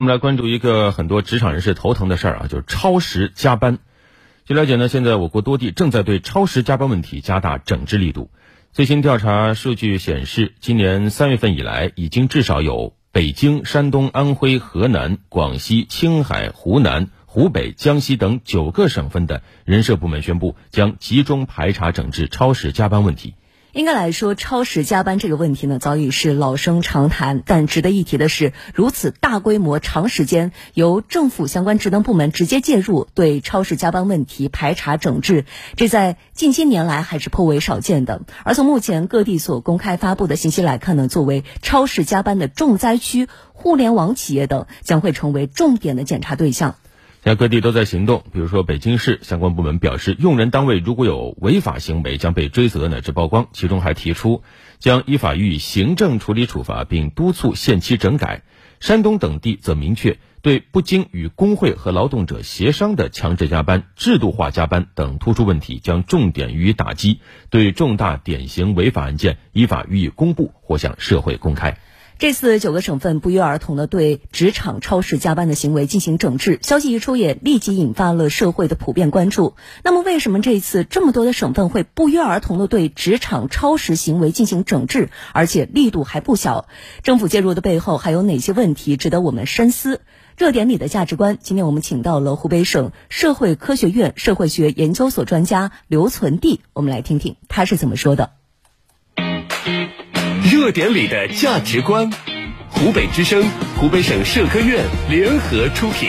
我们来关注一个很多职场人士头疼的事儿啊，就是超时加班。据了解呢，现在我国多地正在对超时加班问题加大整治力度。最新调查数据显示，今年3月份以来，已经至少有北京、山东、安徽、河南、广西、青海、湖南、湖北、江西等9个省份的人社部门宣布，将集中排查整治超时加班问题。 应该来说，超时加班这个问题呢，早已是老生常谈。但值得一提的是，如此大规模、长时间由政府相关职能部门直接介入，对超时加班问题排查整治，这在近些年来还是颇为少见的。而从目前各地所公开发布的信息来看呢，作为超时加班的重灾区，互联网企业等将会成为重点的检查对象。 现在各地都在行动，比如说北京市相关部门表示，用人单位如果有违法行为将被追责乃至曝光，其中还提出将依法予以行政处理处罚，并督促限期整改。山东等地则明确，对不经与工会和劳动者协商的强制加班、制度化加班等突出问题，将重点予以打击，对重大典型违法案件依法予以公布或向社会公开。 这次9个省份不约而同地对职场超时加班的行为进行整治，消息一出也立即引发了社会的普遍关注。那么为什么这次这么多的省份会不约而同地对职场超时行为进行整治，而且力度还不小？政府介入的背后还有哪些问题值得我们深思？热点里的价值观，今天我们请到了湖北省社会科学院社会学研究所专家刘存弟，我们来听听他是怎么说的。 热点里的价值观，湖北之声、湖北省社科院联合出品。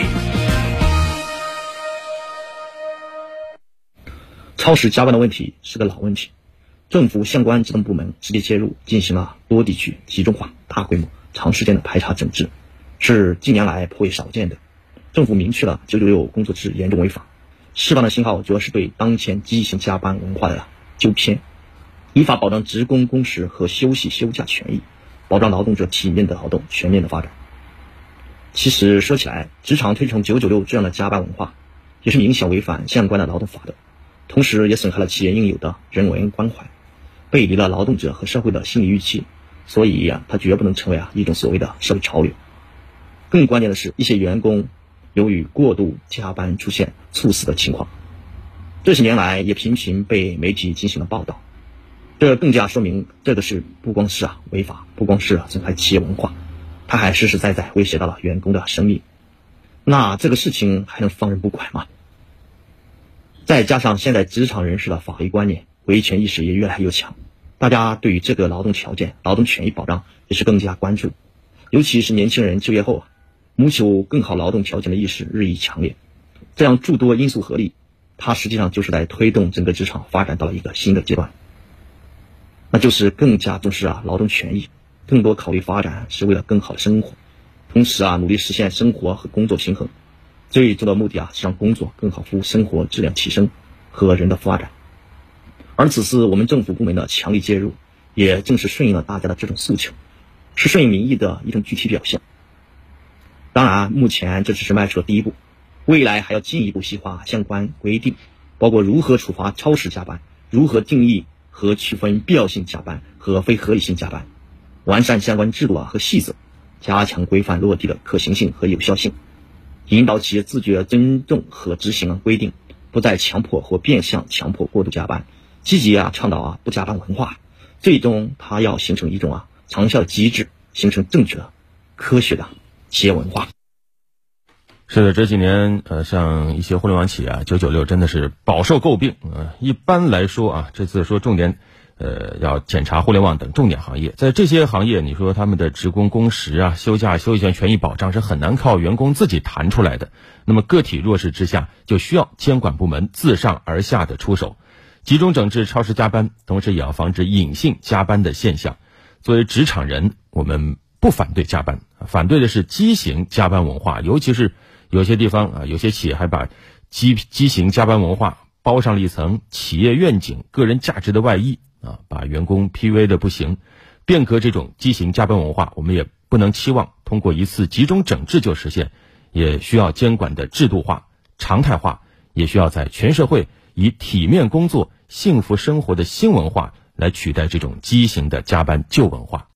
超时加班的问题是个老问题，政府相关职能部门直接介入，进行了多地区集中化、大规模、长时间的排查整治，是近年来颇为少见的。政府明确了996工作制严重违法，释放的信号主要是对当前畸形加班文化的纠偏，依法保障职工工时和休息休假权益，保障劳动者体面的劳动全面的发展。其实说起来，职场推崇996这样的加班文化，也是明显违反相关的劳动法的，同时也损害了企业应有的人文关怀，背离了劳动者和社会的心理预期，所以它绝不能成为一种所谓的社会潮流。更关键的是，一些员工由于过度加班出现猝死的情况，这些年来也频频被媒体进行了报道。这更加说明这个事不光是违法，不光是损害企业文化，它还实实在在威胁到了员工的生命。那这个事情还能放任不管吗？再加上现在职场人士的法律观念、维权意识也越来越强，大家对于这个劳动条件、劳动权益保障也是更加关注，尤其是年轻人就业后谋求更好劳动条件的意识日益强烈。这样诸多因素合力，它实际上就是在推动整个职场发展到了一个新的阶段，那就是更加重视劳动权益，更多考虑发展是为了更好的生活，同时努力实现生活和工作平衡。最终的目的是让工作更好服务生活质量提升和人的发展。而此次我们政府部门的强力介入，也正是顺应了大家的这种诉求，是顺应民意的一种具体表现。当然，目前这只是迈出了第一步，未来还要进一步细化相关规定，包括如何处罚超时加班，如何定义和区分必要性加班和非合理性加班，完善相关制度和细则，加强规范落地的可行性和有效性，引导企业自觉尊重和执行规定，不再强迫或变相强迫过度加班，积极倡导不加班文化，最终它要形成一种长效的机制，形成正确的科学的企业文化。 是的，这几年像一些互联网企业996真的是饱受诟病。一般来说这次说重点要检查互联网等重点行业，在这些行业你说他们的职工工时休假休息权权益保障是很难靠员工自己谈出来的。那么个体弱势之下，就需要监管部门自上而下的出手，集中整治超时加班，同时也要防止隐性加班的现象。作为职场人，我们不反对加班，反对的是畸形加班文化，尤其是有些地方有些企业还把畸形加班文化包上了一层企业愿景、个人价值的外衣把员工 PUA 的不行。变革这种畸形加班文化，我们也不能期望通过一次集中整治就实现，也需要监管的制度化、常态化，也需要在全社会以体面工作、幸福生活的新文化来取代这种畸形的加班旧文化。